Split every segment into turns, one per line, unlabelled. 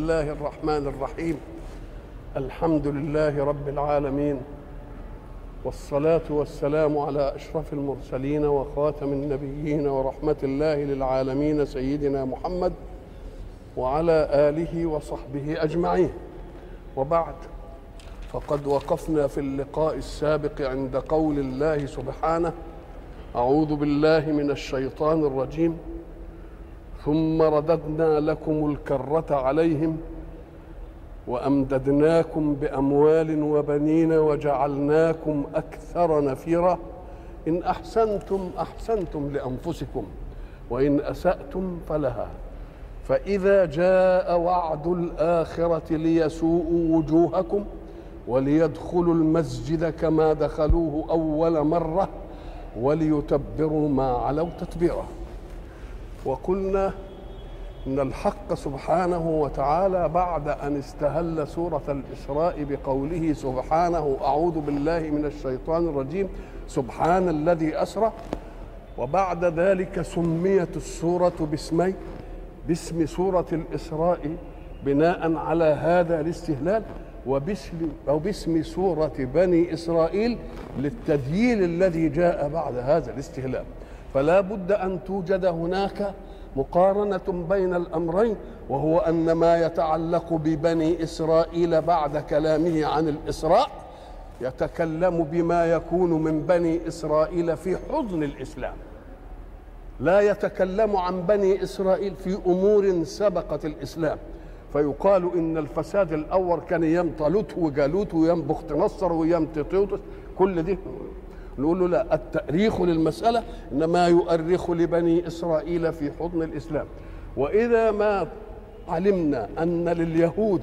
الله الرحمن الرحيم. الحمد لله رب العالمين، والصلاة والسلام على أشرف المرسلين وخاتم النبيين ورحمة الله للعالمين سيدنا محمد وعلى آله وصحبه أجمعين. وبعد، فقد وقفنا في اللقاء السابق عند قول الله سبحانه: أعوذ بالله من الشيطان الرجيم، ثم رددنا لكم الكرة عليهم وأمددناكم بأموال وبنين وجعلناكم أكثر نفيرا إن أحسنتم أحسنتم لأنفسكم وإن أسأتم فلها فإذا جاء وعد الآخرة ليسوءوا وجوهكم وليدخلوا المسجد كما دخلوه أول مرة وليتبروا ما علوا تتبيرا. وقلنا إن الحق سبحانه وتعالى بعد أن استهل سورة الإسراء بقوله سبحانه: أعوذ بالله من الشيطان الرجيم، سبحان الذي أسرى، وبعد ذلك سميت السورة باسم سورة الإسراء بناء على هذا الاستهلال، وباسم سورة بني إسرائيل للتذييل الذي جاء بعد هذا الاستهلال. فلا بد أن توجد هناك مقارنة بين الأمرين، وهو أن ما يتعلق ببني إسرائيل بعد كلامه عن الإسراء يتكلم بما يكون من بني إسرائيل في حضن الإسلام، لا يتكلم عن بني إسرائيل في أمور سبقت الإسلام. فيقال إن الفساد الأول كان أيام طالوت وجالوت وأيام بخت نصر وأيام تيتوس، كل دي نقول له لا، التأريخ للمسألة إنما يؤرخ لبني إسرائيل في حضن الإسلام. وإذا ما علمنا أن لليهود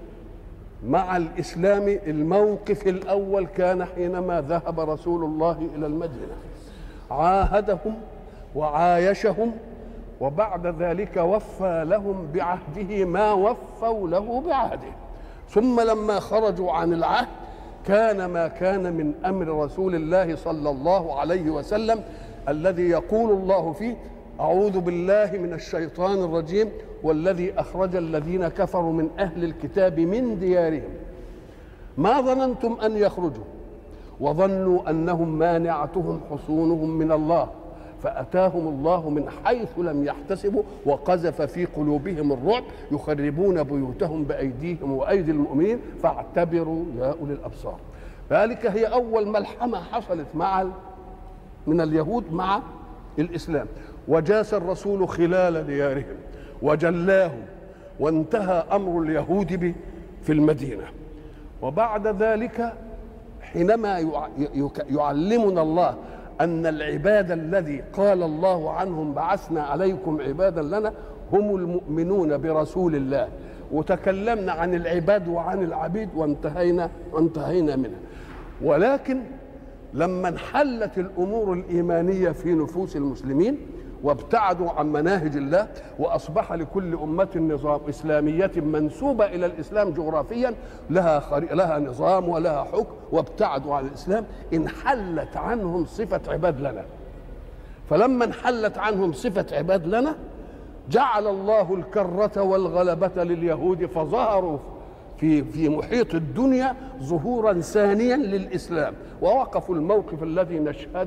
مع الإسلام الموقف الأول كان حينما ذهب رسول الله إلى المدينة، عاهدهم وعايشهم، وبعد ذلك وفى لهم بعهده ما وفوا له بعهده. ثم لما خرجوا عن العهد كان ما كان من أمر رسول الله صلى الله عليه وسلم الذي يقول الله فيه: أعوذ بالله من الشيطان الرجيم، والذي أخرج الذين كفروا من أهل الكتاب من ديارهم ما ظننتم أن يخرجوا وظنوا أنهم مانعتهم حصونهم من الله فأتاهم الله من حيث لم يحتسبوا وقذف في قلوبهم الرعب يخربون بيوتهم بأيديهم وأيدي المؤمنين فاعتبروا يا أولي الأبصار. ذلك هي أول ملحمة حصلت من اليهود مع الإسلام. وجاس الرسول خلال ديارهم وجلاهم، وانتهى أمر اليهود في المدينة. وبعد ذلك حينما يعلمنا الله أن العباد الذي قال الله عنهم بعثنا عليكم عبادا لنا هم المؤمنون برسول الله، وتكلمنا عن العباد وعن العبيد وانتهينا منها. ولكن لما انحلت الأمور الإيمانية في نفوس المسلمين وابتعدوا عن مناهج الله، وأصبح لكل أمة نظام إسلامية منسوبة إلى الإسلام جغرافيا، لها نظام ولها حكم، وابتعدوا عن الإسلام، انحلت عنهم صفة عباد لنا. فلما انحلت عنهم صفة عباد لنا جعل الله الكرة والغلبة لليهود، فظهروا في محيط الدنيا ظهورا ثانيا للإسلام، ووقفوا الموقف الذي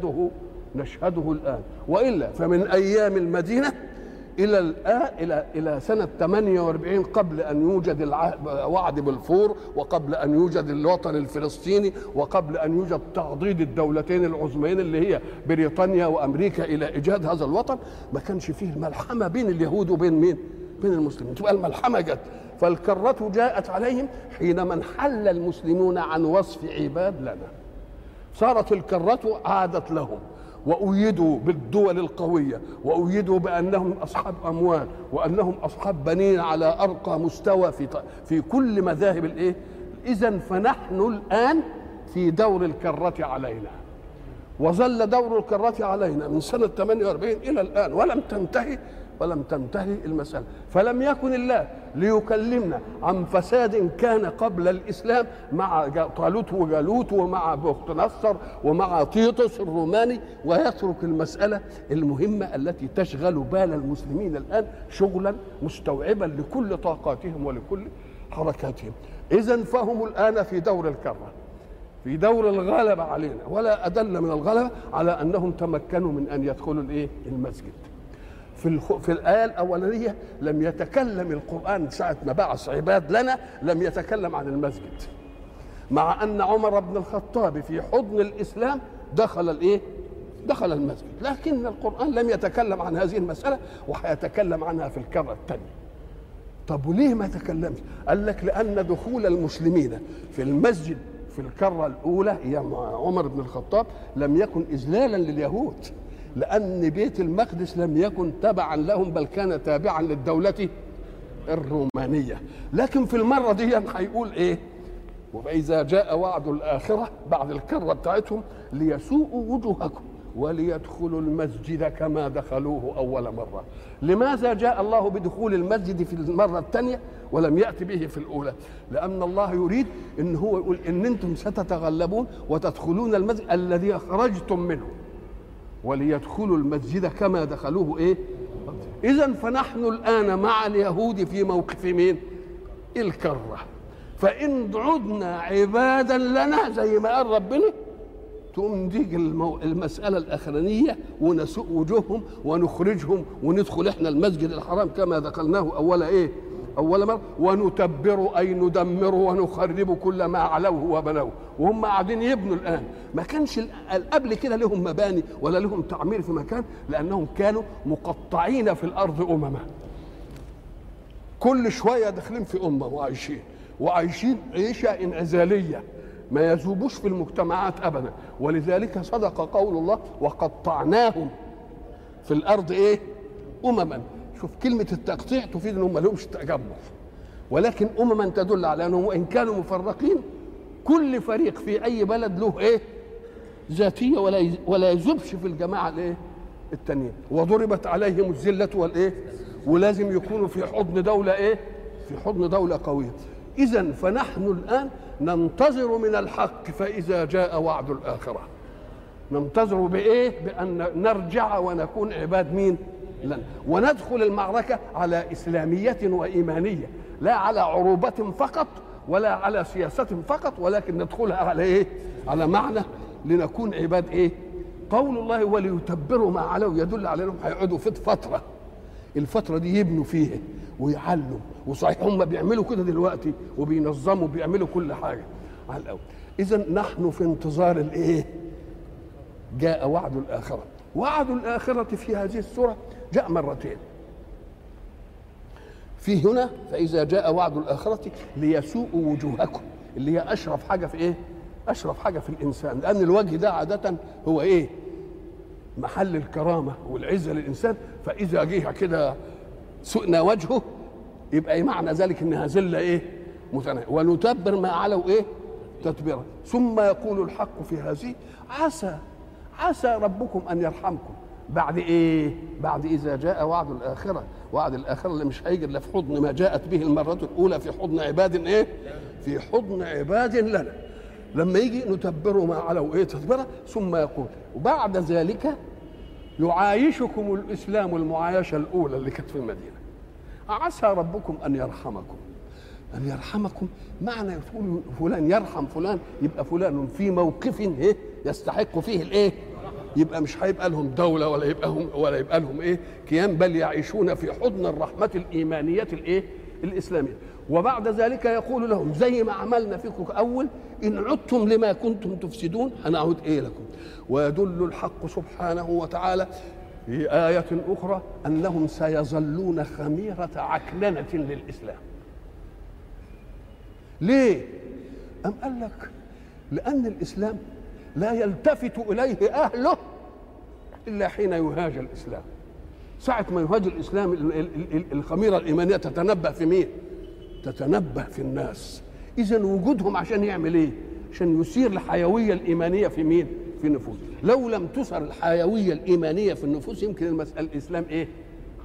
نشهده الآن. وإلا فمن أيام المدينة إلى الآن إلى سنة 48 قبل أن يوجد الوعد بالفور، وقبل أن يوجد الوطن الفلسطيني، وقبل أن يوجد تعضيد الدولتين العظميين اللي هي بريطانيا وأمريكا إلى إيجاد هذا الوطن، ما كانش فيه الملحمة بين اليهود وبين مين؟ بين المسلمين. تبقى الملحمة جت، فالكرة جاءت عليهم حينما انحل المسلمون عن وصف عباد لنا، صارت الكرة عادت لهم، وأيدوا بالدول القوية، وأيدوا بأنهم أصحاب أموال، وأنهم أصحاب بنين على أرقى مستوى في كل مذاهب الإيه. إذن فنحن الآن في دور الكرة علينا، وظل دور الكرة علينا من سنة 48 إلى الآن ولم تنتهي المسألة. فلم يكن الله ليكلمنا عن فساد كان قبل الإسلام مع طالوت وجالوت ومع بخت نصر ومع تيطس الروماني، ويترك المسألة المهمة التي تشغل بال المسلمين الآن شغلا مستوعبا لكل طاقاتهم ولكل حركاتهم. إذن فهم الآن في دور الكرة، في دور الغلبة علينا، ولا أدل من الغلبة على أنهم تمكنوا من أن يدخلوا المسجد. في الآية الأولانية لم يتكلم القرآن ساعة ما بعث عباد لنا، لم يتكلم عن المسجد، مع أن عمر بن الخطاب في حضن الإسلام دخل المسجد، لكن القرآن لم يتكلم عن هذه المسألة، وحيتكلم عنها في الكرة الثانية. طب وليه ما تكلمش؟ قال لك لأن دخول المسلمين في المسجد في الكرة الأولى هي عمر بن الخطاب لم يكن إذلالا لليهود، لأن بيت المقدس لم يكن تبعا لهم، بل كان تابعا للدولة الرومانية. لكن في المرة دي هيقول إيه؟ وإذا جاء وعد الآخرة بعد الكرة بتاعتهم ليسوءوا وجوهكم وليدخلوا المسجد كما دخلوه أول مرة. لماذا جاء الله بدخول المسجد في المرة الثانية ولم يأتي به في الأولى؟ لأن الله يريد إن هو يقول إن أنتم ستتغلبون وتدخلون المسجد الذي خرجتم منه وليدخلوا المسجد كما دخلوه إذن فنحن الآن مع اليهود في موقف مين؟ الكرة. فإن عدنا عبادا لنا زي ما قال ربنا تقوم ديك المسألة الأخرانية ونسوء وجوههم ونخرجهم وندخل احنا المسجد الحرام كما دخلناه أول مرة، ونتبر أي ندمر ونخرب كل ما علوه وبنوه. وهم قاعدين يبنوا الآن، ما كانش قبل كده لهم مباني ولا لهم تعمير في مكان، لأنهم كانوا مقطعين في الأرض أمما، كل شوية داخلين في أمة وعايشين عيشة انعزالية، ما يذوبوش في المجتمعات أبدا. ولذلك صدق قول الله وقطعناهم في الأرض أمما. شوف كلمة التقطيع تفيد أنهم ما لهمش تجمع، ولكن أمما تدل على أنهم وإن كانوا مفرقين كل فريق في أي بلد له ذاتية ولا يذوبش في الجماعة التانية. وضربت عليهم الذلة ولازم يكونوا في حضن دولة في حضن دولة قوية. إذن فنحن الآن ننتظر من الحق فإذا جاء وعد الآخرة ننتظر بأن نرجع ونكون عباد مين؟ لن. وندخل المعركة على إسلامية وإيمانية، لا على عروبة فقط ولا على سياسة فقط، ولكن ندخلها على على معنى لنكون عباد قول الله وليتبروا ما علوا يدل على أنهم هيقعدوا في الفترة دي يبنوا فيها ويعلوا. وصحيح هم بيعملوا كده دلوقتي وبينظموا بيعملوا كل حاجة على الأول. إذن نحن في انتظار جاء وعد الآخرة. وعد الآخرة في هذه السورة جاء مرتين. في هنا فإذا جاء وعد الآخرة ليسوءوا وجوهكم، اللي هي أشرف حاجة في أشرف حاجة في الإنسان، لأن الوجه ده عادة هو محل الكرامة والعزة للإنسان. فإذا جه كده سئنا وجهه يبقى معنى ذلك إنها ذلة متناهية. ونتبر ما علوا تتبيرا. ثم يقول الحق في هذه عسى ربكم أن يرحمكم بعد بعد إذا جاء وعد الآخرة. وعد الآخرة اللي مش هيجي إلا في حضن ما جاءت به المرة الأولى، في حضن عباد في حضن عباد لنا. لما يجي نتبروا ما علوا تتبرا. ثم يقول وبعد ذلك يعايشكم الإسلام المعايشة الأولى اللي كانت في المدينة. عسى ربكم أن يرحمكم. أن يرحمكم معنى يقول فلان يرحم فلان، يبقى فلان في موقف يستحق فيه يبقى مش هيبقى لهم دولة ولا يبقى لهم كيان، بل يعيشون في حضن الرحمة الإيمانية الإسلامية. وبعد ذلك يقول لهم زي ما عملنا فيكم أول إن عدتم لما كنتم تفسدون هنعود لكم. ويدل الحق سبحانه وتعالى في آية أخرى أنهم سيظلون خميرة عكننة للإسلام. ليه؟ أم قال لك لأن الإسلام لا يلتفت إليه أهله إلا حين يهاج الإسلام. ساعة ما يهاج الإسلام الخميرة الإيمانية تتنبه في مين؟ تتنبه في الناس. إذن وجودهم عشان يعمل عشان يثير الحيوية الإيمانية في مين؟ في النفوس. لو لم تثر الحيوية الإيمانية في النفوس يمكن الإسلام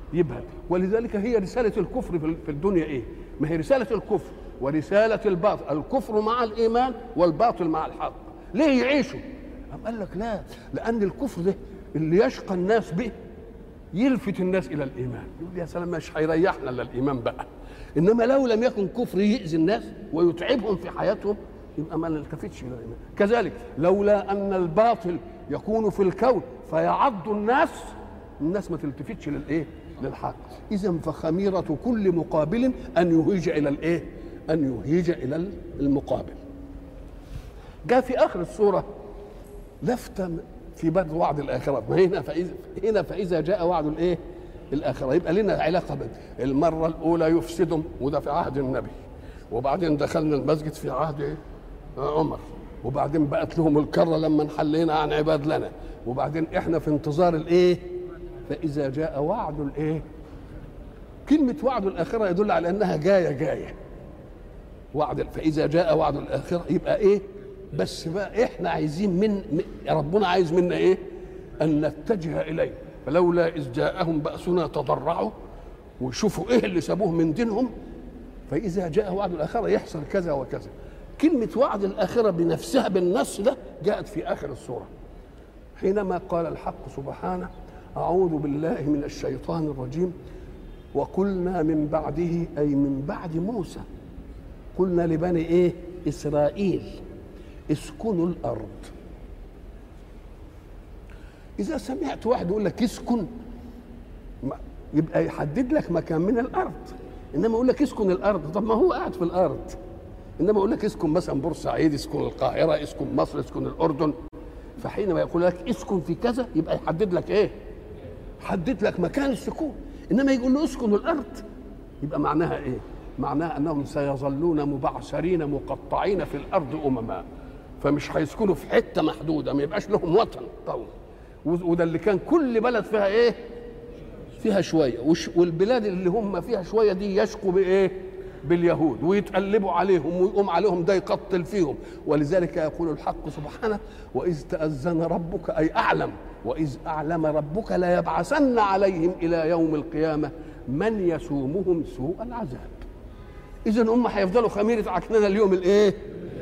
يبهت. ولذلك هي رسالة الكفر في الدنيا إيه؟ ما هي رسالة الكفر ورسالة الباطل، الكفر مع الإيمان والباطل مع الحق. ليه يعيشوا؟ قال لك لا، لأن الكفر ده اللي يشقى الناس به يلفت الناس إلى الإيمان، يقول يا سلام مش هيريحنا إلا الإيمان بقى. إنما لو لم يكن كفر يؤذي الناس ويتعبهم في حياتهم يبقى ما نلتفتش إلى الإيمان. كذلك لولا أن الباطل يكون في الكون فيعض الناس ما تلتفتش للإيه؟ للحق. إذا فخميرة كل مقابل أن يهيج إلى الإيه؟ أن يهيج إلى المقابل. جاء في آخر السورة لفتة في بدء وعد الآخرة، هنا فإذا جاء وعد الإيه؟ الآخرة. يبقى لنا علاقة المرة الأولى يفسدهم، وده في عهد النبي، وبعدين دخلنا المسجد في عهد إيه؟ عمر، وبعدين بقت لهم الكرة لما انحلينا عن عباد لنا، وبعدين احنا في انتظار الايه؟ فإذا جاء وعد الايه؟ كلمة وعد الآخرة يدل على أنها جاية وعد. فإذا جاء وعد الآخرة يبقى ايه؟ بس بقى احنا عايزين من ربنا عايز منا ايه؟ أن نتجه إليه. فلولا إذ جاءهم بأسنا تضرعوا، ويشوفوا ايه اللي سابوه من دينهم. فإذا جاء وعد الآخرة يحصل كذا وكذا. كلمة وعد الآخرة بنفسها بالنص ده جاءت في آخر السورة، حينما قال الحق سبحانه: أعوذ بالله من الشيطان الرجيم، وقلنا من بعده، أي من بعد موسى، قلنا لبني إيه؟ إسرائيل اسكنوا الأرض. إذا سمعت واحد يقول لك اسكن، يبقى يحدد لك مكان من الأرض، إنما يقول لك اسكن الأرض، طب ما هو قاعد في الأرض. إنما يقول لك اسكن مثلا بورسعيد، اسكن القاهرة، اسكن مصر، اسكن الأردن. فحينما يقول لك اسكن في كذا يبقى يحدد لك إيه؟ يحدد لك مكان السكون. إنما يقول له اسكن الأرض يبقى معناها إيه؟ معناها أنهم سيظلون مبعثرين مقطعين في الأرض أمما، فمش هيسكنوا في حتة محدودة، ما يبقاش لهم وطن طول. وده اللي كان كل بلد فيها إيه؟ فيها شوية، والبلاد اللي هم فيها شوية دي يشقوا بإيه؟ باليهود، ويتقلبوا عليهم ويقوم عليهم ده يقتل فيهم. ولذلك يقول الحق سبحانه: وإذ تأذن ربك، أي أعلم، وإذ أعلم ربك ليبعثن عليهم إلى يوم القيامة من يسومهم سوء العذاب. إذن هم هيفضلوا خميرة عكننة اليوم الإيه؟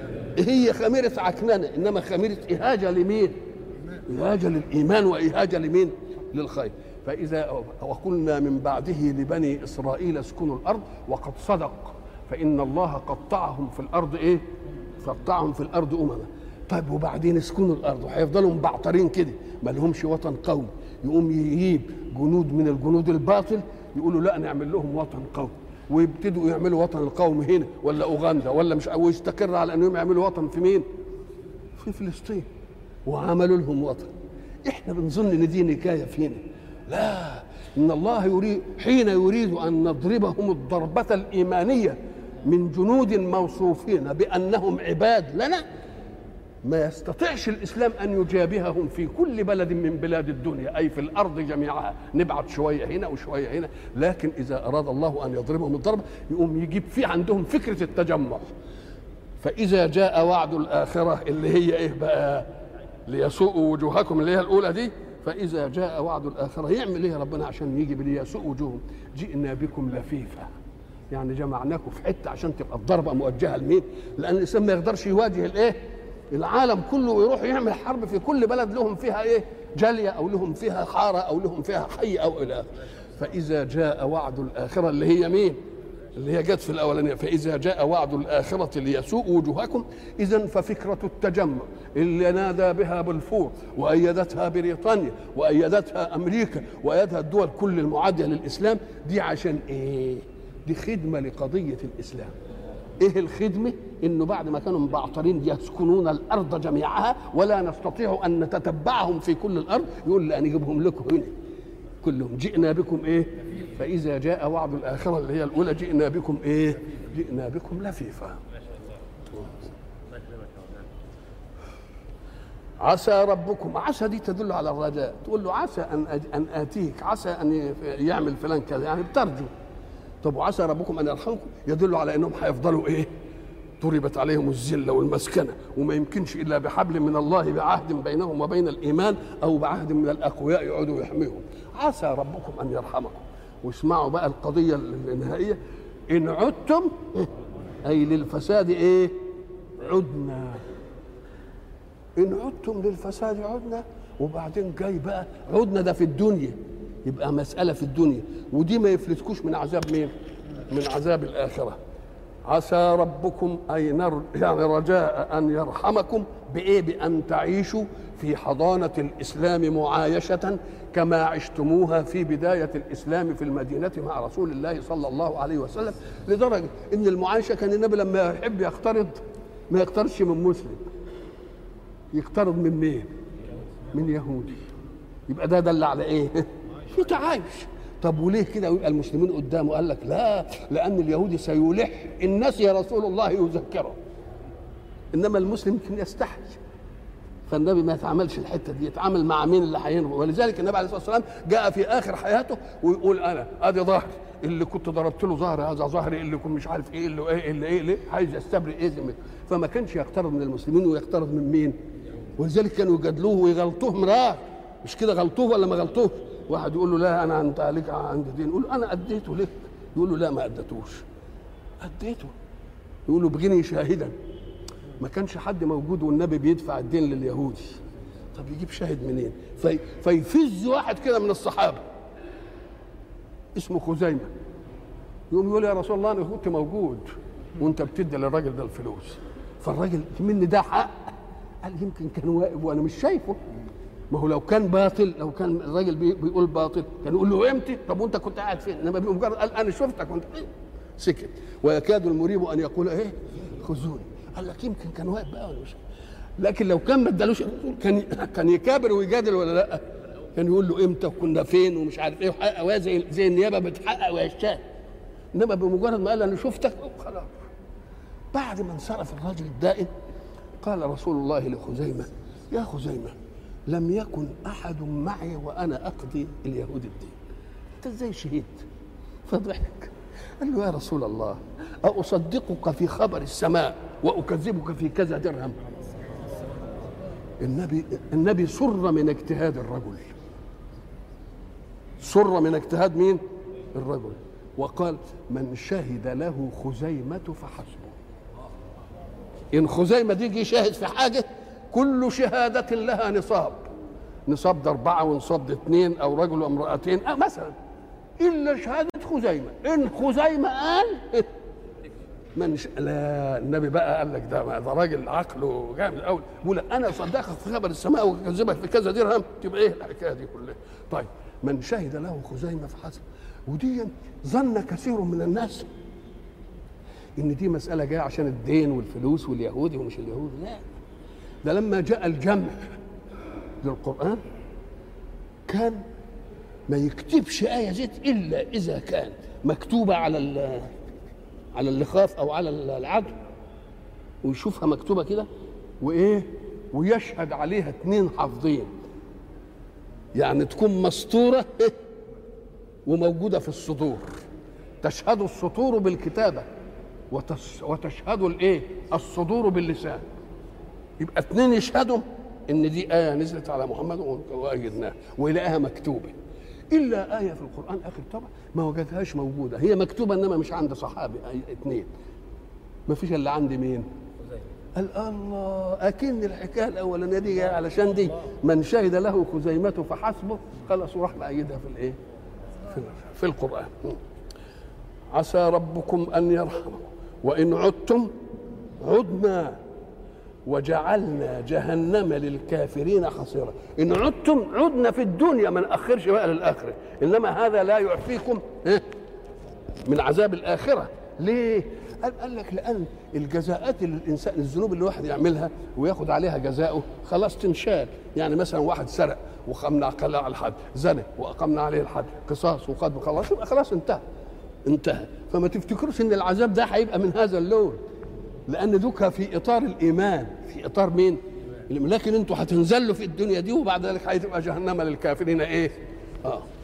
هي خميرة عكننة، إنما خميرة إهاجة لمين؟ إهاجة للإيمان وإهاجة لمين؟ للخير. فإذا وقلنا من بعده لبني إسرائيل اسكنوا الأرض، وقد صدق، فإن الله قطعهم في الأرض إيه؟ قطعهم في الأرض أمما. طيب وبعدين اسكنوا الأرض، وهيفضلوا مبعترين كده ما لهمش وطن قومي. يقوم يجيب جنود من الجنود الباطل يقولوا لا نعمل لهم وطن قومي، ويبتدوا يعملوا وطن القوم هنا ولا أوغندا ولا مش، ويستقر على أنهم يعملوا وطن في مين؟ في فلسطين، وعملوا لهم وطن. إحنا بنظن إن دي نكاية فينا. لا، إن الله يريد حين يريد أن نضربهم الضربة الإيمانية من جنود موصوفين بأنهم عباد لنا، ما يستطيعش الإسلام أن يجابههم في كل بلد من بلاد الدنيا، أي في الأرض جميعها، نبعت شوية هنا وشوية هنا. لكن إذا أراد الله أن يضربهم الضربة يقوم يجيب في عندهم فكرة التجمع. فإذا جاء وعد الآخرة اللي هي إيه بقى؟ ليسوءوا وجوهكم، اللي هي الأولى دي. فإذا جاء وعد الآخرة يعمل إيه ربنا عشان يجي ليسوء وجوههم؟ جئنا بكم لفيفا، يعني جمعناكم في حتة عشان تبقى الضربة موجهة لمين؟ لأن الإنسان ما يقدرش يواجه الإيه؟ العالم كله، ويروح يعمل حرب في كل بلد لهم فيها إيه؟ جالية أو لهم فيها حارة أو لهم فيها حي أو إلى آخره. فإذا جاء وعد الآخرة اللي هي مين؟ اللي هي جت في الأولانية، فإذا جاء وعد الآخرة ليسوء وجوهكم. إذن ففكرة التجمع اللي نادى بها بلفور وأيدتها بريطانيا وأيدتها أمريكا وأيدها الدول كل المعادية للإسلام دي عشان إيه؟ دي خدمة لقضية الإسلام. إيه الخدمة؟ إنه بعد ما كانوا مبعترين يسكنون الأرض جميعها ولا نستطيع أن نتتبعهم في كل الأرض، يقول لا نجيبهم لكم هنا كلهم. جئنا بكم إيه؟ فإذا جاء وعد الآخرة اللي هي الأولى جئنا بكم إيه؟ جئنا بكم لفيفا. عسى ربكم، عسى دي تدل على الرجاء، تقول له عسى أن آتيك، عسى أن يعمل فلان كذا، يعني بترجو. طب وعسى ربكم أن يرحمكم يدل على أنهم هيفضلوا إيه؟ ضربت عليهم الذلة والمسكنة، وما يمكنش إلا بحبل من الله، بعهد بينهم وبين الإيمان، أو بعهد من الأقوياء يقعدوا يحميهم. عسى ربكم أن يرحمكم. واسمعوا بقى القضيه النهائيه، ان عدتم اي للفساد ايه؟ عدنا. ان عدتم للفساد عدنا. وبعدين جاي بقى عدنا ده في الدنيا، يبقى مساله في الدنيا، ودي ما يفلتكوش من عذاب مين؟ من عذاب الاخره. عسى ربكم يعني رجاء ان يرحمكم بايه؟ بان تعيشوا في حضانه الاسلام معايشه كما عشتموها في بدايه الاسلام في المدينه مع رسول الله صلى الله عليه وسلم، لدرجه ان المعايشه كان النبي لما يحب يقترض ما يقترضش من مسلم، يقترض من مين؟ من يهودي. يبقى ده دل على ايه؟ في تعايش. طب وليه كده ويبقى المسلمين قدامه؟ قال لك لا، لان اليهودي سيلح الناس يا رسول الله يذكره، انما المسلم يمكن يستحي. فالنبي ما يتعاملش الحته دي، يتعامل مع مين اللي هينهض. ولذلك النبي عليه الصلاه والسلام جاء في اخر حياته ويقول انا ادي ظهري اللي كنت ضربت له ظهري، هذا ظهري اللي كنت مش عارف ايه اللي ليه عايز يستبرئ ايه ذمته. فما كانش يقترض من المسلمين ويقترض من مين؟ ولذلك كانوا يجادلوه ويغلطوه مرار، مش كده غلطوه ولا ما غلطوه؟ واحد يقول له لا انا انت عليك عندي دين، يقول له انا اديته لك، يقول له لا ما اديتوش، اديته. يقول له ابغني شاهدا. ما كانش حد موجود والنبي بيدفع الدين لليهودي، طب يجيب شاهد منين؟ فيفز واحد كده من الصحابه اسمه خزيمه، يقوم يقول يا رسول الله انا كنت موجود وانت بتدي للراجل ده الفلوس، فالراجل مني ده حق. قال يمكن كان واقف وانا مش شايفه. ما هو لو كان باطل، لو كان الراجل بيقول باطل كان يقول له امتى؟ طب وانت كنت قاعد فين؟ انما بمجرد قال انا شفتك وانت سكت. ويكاد المريب ان يقول ايه؟ خذوني. قال لك يمكن كان واقف بقى ولا مش. لكن لو كان ما ادالوش كان يكابر ويجادل ولا لا؟ كان يقول له امتى وكنا فين ومش عارف ايه، وحقق زي النيابه بتحقق ويشتاق. انما بمجرد ما قال انا شفتك خلاص. بعد ما انصرف الرجل الدائن قال رسول الله لخزيمه يا خزيمه لم يكن احد معي وانا اقضي اليهود الدين، انت ازاي شهيد؟ فضحك. قال له يا رسول الله أصدقك في خبر السماء وأكذبك في كذا درهم؟ النبي سر من اجتهاد الرجل، سر من اجتهاد مين؟ الرجل. وقال من شهد له خزيمة فحسبه. إن خزيمة دي يجي شاهد في حاجة كل شهادة لها نصاب ده 4 ونصاب ده 2 أو رجل وامرأتين مثلا، إلا شهادة خزيمة. إن خزيمة قال لا، النبي بقى قال لك ده راجل عقله جامد قوي، بيقول انا صدقك في خبر السماء وكذبك في كذا درهم، تبقى ايه الحكايه دي كلها؟ طيب من شهد له خزيمه فحسب. ودي ظن كثير من الناس ان دي مساله جايه عشان الدين والفلوس واليهودي ومش اليهودي، لا، ده لما جاء الجمع للقران كان ما يكتبش آية زيت إلا إذا كان مكتوبة على اللخاف أو على العدو، ويشوفها مكتوبة كده وإيه ويشهد عليها 2 حافظين، يعني تكون مسطورة وموجودة في الصدور، تشهد السطور بالكتابة وتشهد الإيه الصدور باللسان. يبقى 2 يشهدوا إن دي آية نزلت على محمد وأيدناها ويلاقيها مكتوبة. إلا آية في القرآن آخر طبعا ما وجدهاش موجودة، هي مكتوبة إنما مش عند صحابي 2، ما فيش إلا عند مين؟ قال الله أكن الحكاية الأولانية دي علشان دي من شهد له خزيمة فحسبه، خلاص وراح مأيدها في الإيه؟ في القرآن. عسى ربكم أن يرحمكم وإن عدتم عدنا وجعلنا جهنم للكافرين حصيرا. إن عدتم عدنا في الدنيا، ما نأخرش بقى للآخرة، إنما هذا لا يعفيكم من عذاب الآخرة. ليه؟ قال لك لأن الجزاءات اللي الإنسان الذنوب اللي الواحد يعملها وياخد عليها جزاؤه خلاص تنشال. يعني مثلا واحد سرق وقمنا على الحد، زنى وأقمنا عليه الحد، قصاص وقد خلاص، يبقى خلاص انتهى. فما تفتكروش إن العذاب ده هيبقى من هذا اللون، لأن دوكا في إطار الإيمان، في إطار مين؟ لكن أنتوا هتنزلوا في الدنيا دي وبعد ذلك هتبقى جهنم للكافرين إيه؟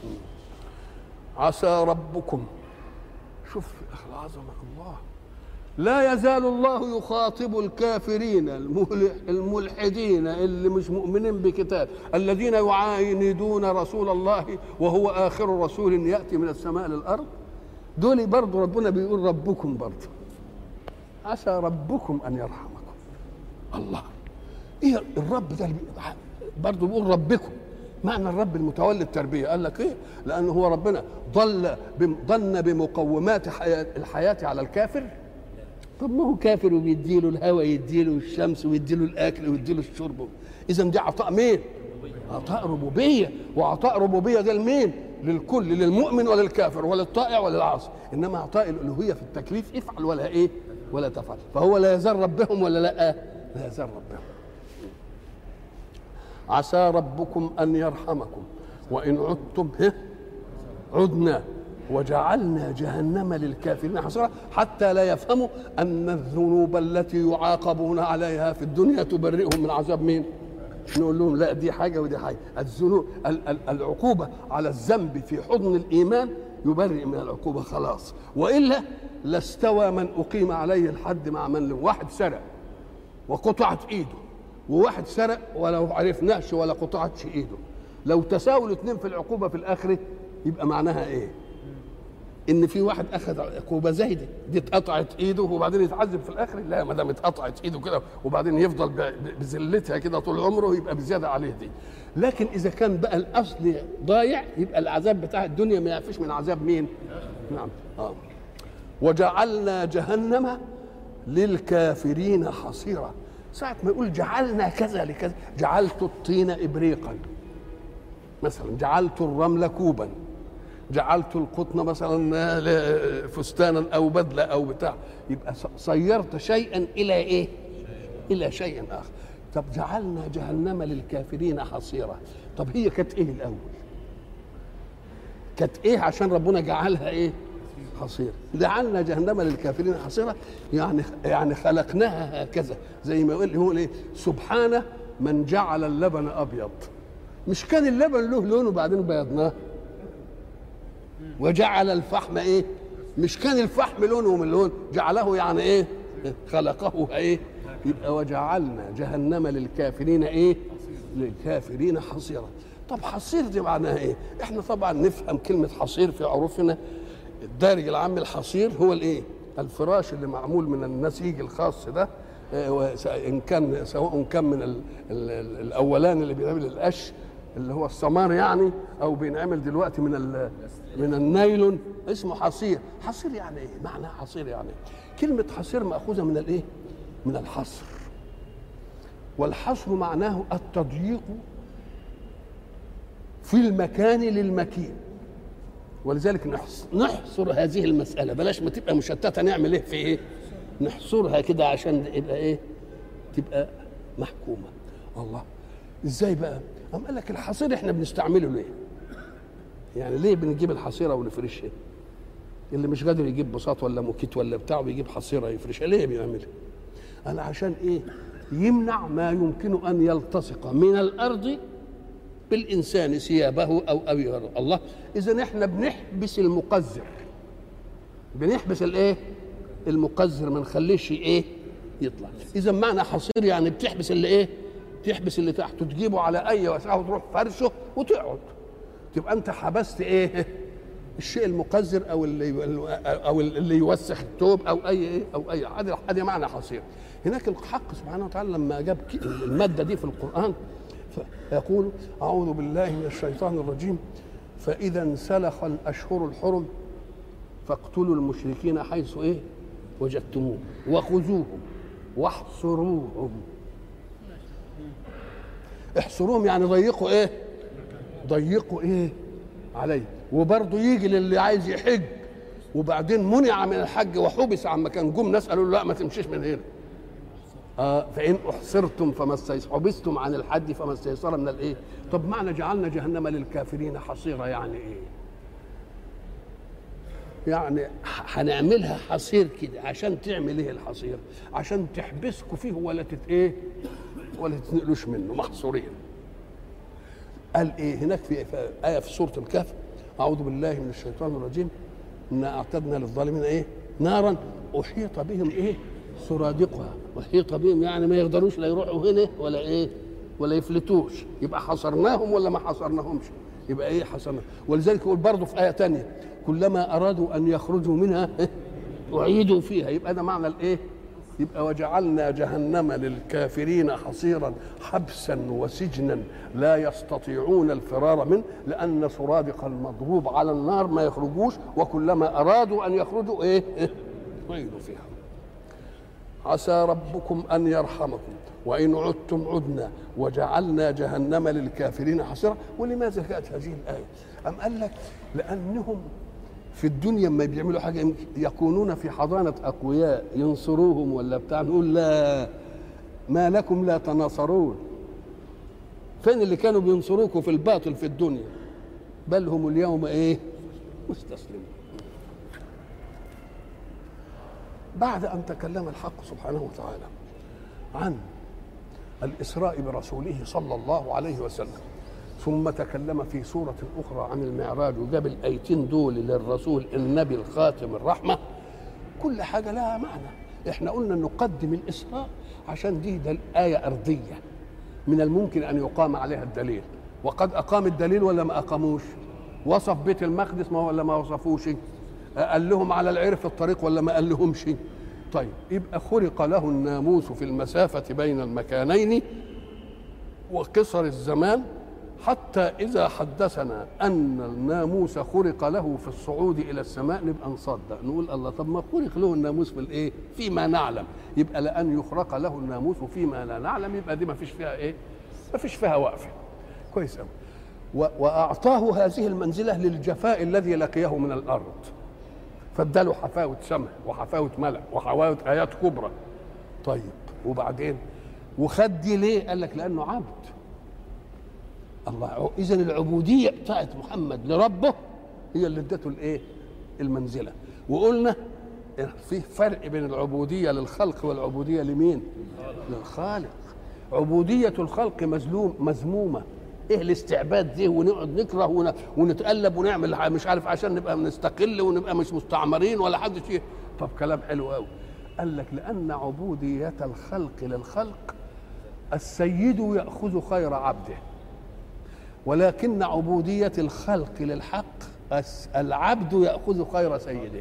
عسى ربكم، شوف عظمة الله، لا يزال الله يخاطب الكافرين الملحدين اللي مش مؤمنين بكتاب، الذين يعاندون رسول الله وهو آخر رسول يأتي من السماء للأرض. دول برضو ربنا بيقول ربكم برضو، عسى ربكم أن يرحمكم. الله، إيه الرب ده برضو بيقول ربكم؟ معنى الرب المتولي التربية. قال لك إيه؟ لأنه هو ربنا ظن بمقومات الحياة على الكافر. طب ما هو كافر وبيديله الهواء، يديله الشمس، ويديله الاكل، ويديله الشرب. اذا دي عطاء مين؟ عطاء ربوبيه. وعطاء ربوبيه ده لمين؟ للكل، للمؤمن وللكافر وللطائع وللعاصي. انما عطاء الالوهيه في التكليف افعل ولا ايه ولا تفعل. فهو لا يزال ربهم ولا لا يزال ربهم. عسى ربكم ان يرحمكم وان عدتم عدنا وجعلنا جهنم للكافرين حصيرا، حتى لا يفهموا ان الذنوب التي يعاقبون عليها في الدنيا تبرئهم من عذاب مين؟ نقول لهم لا، دي حاجه ودي حاجه. الذنوب العقوبه على الذنب في حضن الايمان يبرئ من العقوبه خلاص، والا لاستوى من اقيم عليه الحد مع من واحد سرق وقطعت ايده، وواحد سرق ولا عرفناش ولا قطعتش ايده. لو تساووا الاثنين في العقوبه في الاخره يبقى معناها ايه؟ ان في واحد اخذ عقوبه زايده، دي اتقطعت ايده وبعدين يتعذب في الاخر. لا، ما دام اتقطعت ايده كده وبعدين يفضل بذلتها كده طول عمره يبقى بزياده عليه دي. لكن اذا كان بقى الاصل ضايع يبقى العذاب بتاع الدنيا ما يعفيش من عذاب مين؟ نعم. وجعلنا جهنم للكافرين حصيرا. ساعة ما يقول جعلنا كذا لكذا، جعلت الطين ابريقا مثلا، جعلت الرمل كوبا، جعلت القطن مثلا فستانا او بدله او بتاع، يبقى صيرت شيئا الى ايه؟ الى شيء اخر. طب جعلنا جهنم للكافرين حصيرا، طب هي كانت ايه الاول؟ كانت ايه عشان ربنا جعلها ايه؟ حصيرا. جعلنا جهنم للكافرين حصيرا، يعني خلقناها هكذا، زي ما يقول ايه؟ سبحان من جعل اللبن ابيض. مش كان اللبن له لون وبعدين بيضناه؟ وجعل الفحم ايه؟ مش كان الفحم لونه من لون؟ جعله يعني ايه؟ خلقه ايه؟ يبقى وجعلنا جهنم للكافرين ايه؟ للكافرين حصيرا. طب حصير دي معناها ايه؟ احنا طبعا نفهم كلمه حصير في عرفنا الدارج العام. الحصير هو الايه؟ الفراش اللي معمول من النسيج الخاص ده، ان كان سواء كان من الاولاني اللي بيعمل القش اللي هو السمار يعني، او بينعمل دلوقتي من النايلون، اسمه حصير. حصير يعني ايه؟ معنى حصير يعني إيه؟ كلمة حصير مأخوذة من الايه؟ من الحصر. والحصر معناه التضييق في المكان للمكين. ولذلك نحصر هذه المسألة، بلاش ما تبقى مشتتة، نعمل ايه في ايه؟ نحصرها كده عشان يبقى ايه؟ تبقى محكومة. الله، ازاي بقى؟ قام قال لك الحصير احنا بنستعمله ليه؟ يعني ليه بنجيب الحصيره ونفرشها؟ اللي مش قادر يجيب بساط ولا موكيت ولا بتاع بيجيب حصيره يفرشها، ليه بيعملها؟ قال عشان ايه؟ يمنع ما يمكن ان يلتصق من الارض بالانسان، ثيابه او يغيره. الله، اذا احنا بنحبس المقذر، بنحبس الايه؟ المقذر، ما نخليش ايه؟ يطلع. اذا معنى حصير يعني بتحبس اللي ايه؟ تحبس اللي تحته، تجيبه على اي وسعه وتروح فرشه وتقعد، تبقى انت حبست ايه؟ الشيء المقذر او اللي يوسخ الثوب او اي ايه او اي حاجه. هذا معنى حصير. هناك الحق سبحانه وتعالى لما جاب الماده دي في القران يقول اعوذ بالله من الشيطان الرجيم، فاذا انسلخ الاشهر الحرم فاقتلوا المشركين حيث ايه؟ وجدتموهم وخذوهم واحصروهم. احصروهم يعني ضيقوا ايه؟ ضيقوا ايه؟ عليه. وبرضه يجي للي عايز يحج وبعدين منع من الحج وحبس عن مكان، جم ناس قالوا له لا ما تمشيش من هنا. فإن أحصرتم فما استيسر، حبستم عن الحج فما استيسر من الايه؟ طب معنى جعلنا جهنم للكافرين حصيرا يعني ايه؟ يعني هنعملها حصير كده عشان تعمل ايه الحصير؟ عشان تحبسكوا فيه ولا ايه؟ ولا تتنقلوش منه، محصورين. قال ايه هناك في آية في سورة الكهف، أعوذ بالله من الشيطان الرجيم، إنا أعتدنا للظالمين ايه؟ نارا احيط بهم ايه؟ سرادقها. احيط بهم يعني ما يقدروش لا يروحوا هنا ولا ايه؟ ولا يفلتوش. يبقى حصرناهم ولا ما حصرناهمش؟ يبقى ايه؟ حصرنا. ولذلك يقول برضه في ايه تانية كلما ارادوا ان يخرجوا منها اعيدوا فيها. يبقى ده معنى الايه؟ يبقى وجعلنا جهنم للكافرين حصيرا حبسا وسجنا لا يستطيعون الفرار منه، لان سرادق المضروب على النار ما يخرجوش، وكلما ارادوا ان يخرجوا ايه؟ اعيدوا فيها. عسى ربكم ان يرحمكم وان عدتم عدنا وجعلنا جهنم للكافرين حصيرا. ولماذا جاءت هذه الايه؟ ام قال لك لانهم في الدنيا ما بيعملوا حاجه يكونون في حضانه اقوياء ينصروهم ولا بتاع، نقول لا، ما لكم لا تناصرون. فين اللي كانوا بينصروكم في الباطل في الدنيا؟ بل هم اليوم ايه؟ مستسلمون. بعد ان تكلم الحق سبحانه وتعالى عن الاسراء برسوله صلى الله عليه وسلم، ثم تكلم في سورة أخرى عن المعراج وجاب الآيتين دول للرسول النبي الخاتم الرحمة، كل حاجة لها معنى. احنا قلنا نقدم الإسراء عشان دي ده الآية أرضية من الممكن أن يقام عليها الدليل، وقد أقام الدليل ولا ما أقاموش؟ وصف بيت المقدس ما ولا ما وصفوش؟ قال لهم على العير في الطريق ولا ما قال لهمش؟ طيب يبقى خلق له الناموس في المسافة بين المكانين وقصر الزمان، حتى إذا حدثنا أن الناموس خلق له في الصعود إلى السماء نبقى نصدق، نقول الله طب ما خلق له الناموس في الإيه؟ فيما نعلم. يبقى لأن يخرق له الناموس فيما لا نعلم يبقى دي ما فيش فيها إيه؟ ما فيش فيها وقفة. كويس أوي. وأعطاه هذه المنزلة للجفاء الذي لقيه من الأرض، فاداله حفاوة سمع وحفاوة ملأ وحفاوة آيات كبرى. طيب وبعدين وخد دي ليه؟ قال لك لأنه عبد. الله، اذا العبوديه بتاعت محمد لربه هي اللي ادته الايه؟ المنزله. وقلنا في فرق بين العبوديه للخلق والعبوديه لمين؟ للخالق. عبوديه الخلق مذمومه. ايه الاستعباد دي؟ ونقعد نكره ونتقلب ونعمل مش عارف عشان نبقى نستقل ونبقى مش مستعمرين ولا حد شيء. طب كلام حلو قوي. قال لك لان عبوديه الخلق للخلق السيد ياخذ خير عبده، ولكن عبودية الخلق للحق العبد يأخذ خير سيده.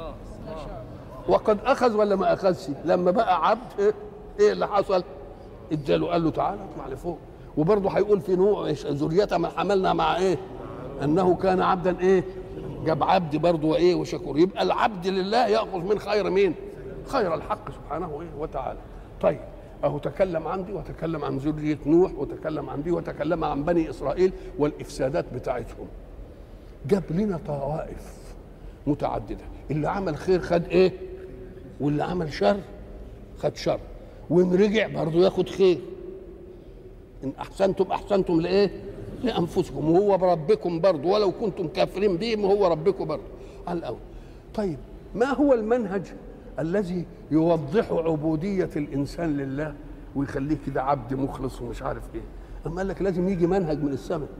وقد أخذ ولا ما أخذش؟ لما بقى عبد إيه اللي حصل؟ اداله قال له تعالى اطلع لفوق. وبرضه هيقول في نوح ذريته ما حملنا مع إيه؟ أنه كان عبدا إيه؟ جاب عبد برضه وإيه؟ وشكور. يبقى العبد لله يأخذ من خير مين؟ خير الحق سبحانه إيه؟ وتعالى. طيب أهو تكلم عن دي وتكلم عن ذرية نوح وتكلم عن دي وتكلم عن بني إسرائيل والإفسادات بتاعتهم. جاب لنا طوائف متعددة، اللي عمل خير خد إيه؟ واللي عمل شر خد شر، وإن رجع برضه ياخد خير. إن أحسنتم أحسنتم لإيه؟ لأنفسكم، وهو بربكم برضه ولو كنتم كافرين بهم وهو ربكم برضه على الأول. طيب ما هو المنهج الذي يوضح عبودية الإنسان لله ويخليه كده عبد مخلص ومش عارف إيه؟ أما قال لك لازم يجي منهج من السماء،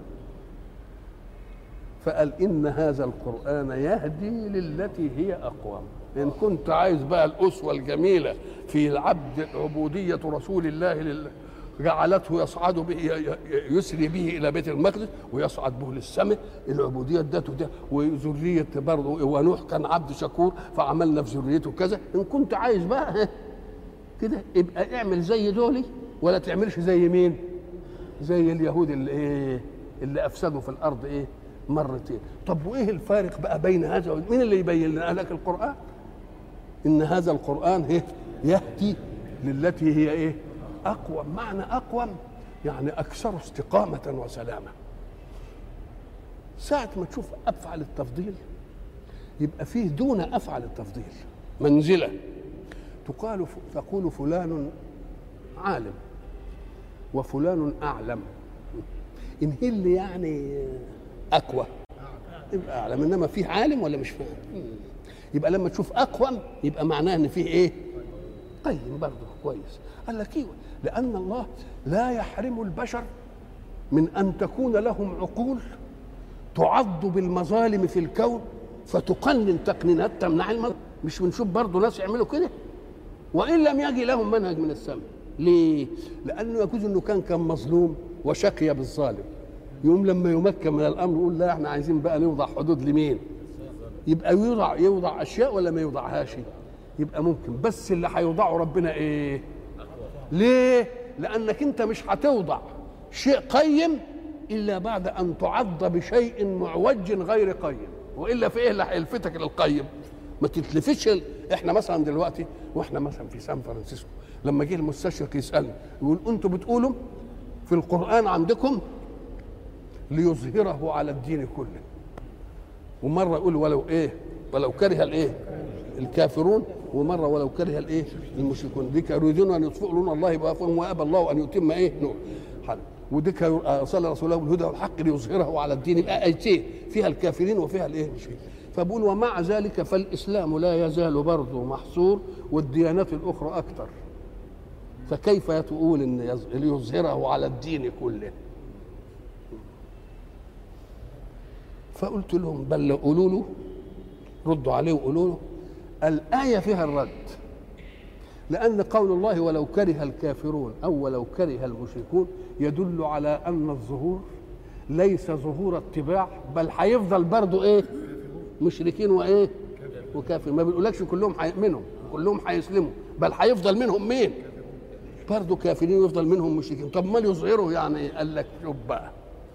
فقال إن هذا القرآن يهدي للتي هي أقوم. إن كنت عايز بقى الأسوة الجميلة في العبد عبودية رسول الله جعلته يصعد به يسري به الى بيت المقدس ويصعد به للسماء، العبوديه ادته ده. وذريه برضه ونوح كان عبد شكور فعملنا في ذريته كذا. ان كنت عايز بقى كده يبقى اعمل زي دولي ولا تعملش زي مين؟ زي اليهود اللي ايه؟ اللي افسدوا في الارض ايه؟ مرتين. طب وايه الفارق بقى بين هذا؟ مين اللي يبين لنا؟ لك القران. ان هذا القران يهدي للتي هي ايه؟ أقوم. معنى أقوم يعني أكثر استقامة وسلامة. ساعة ما تشوف أفعل التفضيل يبقى فيه دون أفعل التفضيل منزلة. تقول فلان عالم وفلان أعلم، إن هي اللي يعني أقوى يبقى أعلم، إنما فيه عالم ولا مش فاهم. يبقى لما تشوف أقوم يبقى معناه إن فيه إيه؟ قيم برضه كويس. قال لك ايوه، لان الله لا يحرم البشر من ان تكون لهم عقول تعض بالمظالم في الكون فتقنن تقنينات تمنع المظالم. مش بنشوف برضه ناس يعملوا كده؟ وان لم يجي لهم منهج من السماء. ليه؟ لانه يجوز انه كان مظلوم وشقي بالظالم، يوم لما يمكن من الامر يقول لا احنا عايزين بقى نوضع حدود لمين؟ يبقى يوضع اشياء ولا ما يوضعهاش؟ يبقى ممكن، بس اللي هيوضعه ربنا ايه؟ ليه؟ لانك انت مش هتوضع شيء قيم الا بعد ان تعض بشيء معوج غير قيم، والا في ايه اللي هيلفتك للقيم؟ ما تتلفتش. احنا مثلا دلوقتي واحنا مثلا في سان فرانسيسكو، لما جه المستشرق يسالني يقول انتوا بتقولوا في القران عندكم ليظهره على الدين كله، ومره يقول ولو كره الايه الكافرون، ومره ولو كره الايه المشركون. دي يريدون ان يطفئوا نور الله بافواههم وابى الله ان يتم نور. ودي صلى رسوله بالهدى والحق ليظهره على الدين. يبقى ايتين فيها الكافرين وفيها الايه المشركين. فبقول ومع ذلك فالاسلام لا يزال برضه محصور والديانات الاخرى اكثر، فكيف تقول ان ليظهره على الدين كله؟ فقلت لهم بل قولوا له، ردوا عليه وقولوا له الآية فيها الرد، لأن قول الله ولو كره الكافرون أو ولو كره المشركون يدل على أن الظهور ليس ظهور اتباع، بل هيفضل برضه ايه؟ مشركين وايه؟ وكافر. ما بنقولكش كلهم هيؤمنوا كلهم هيسلموا، بل هيفضل منهم مين؟ برضه كافرين ويفضل منهم مشركين. طب ما يظهروا يعني؟ قال لك شوف بقى،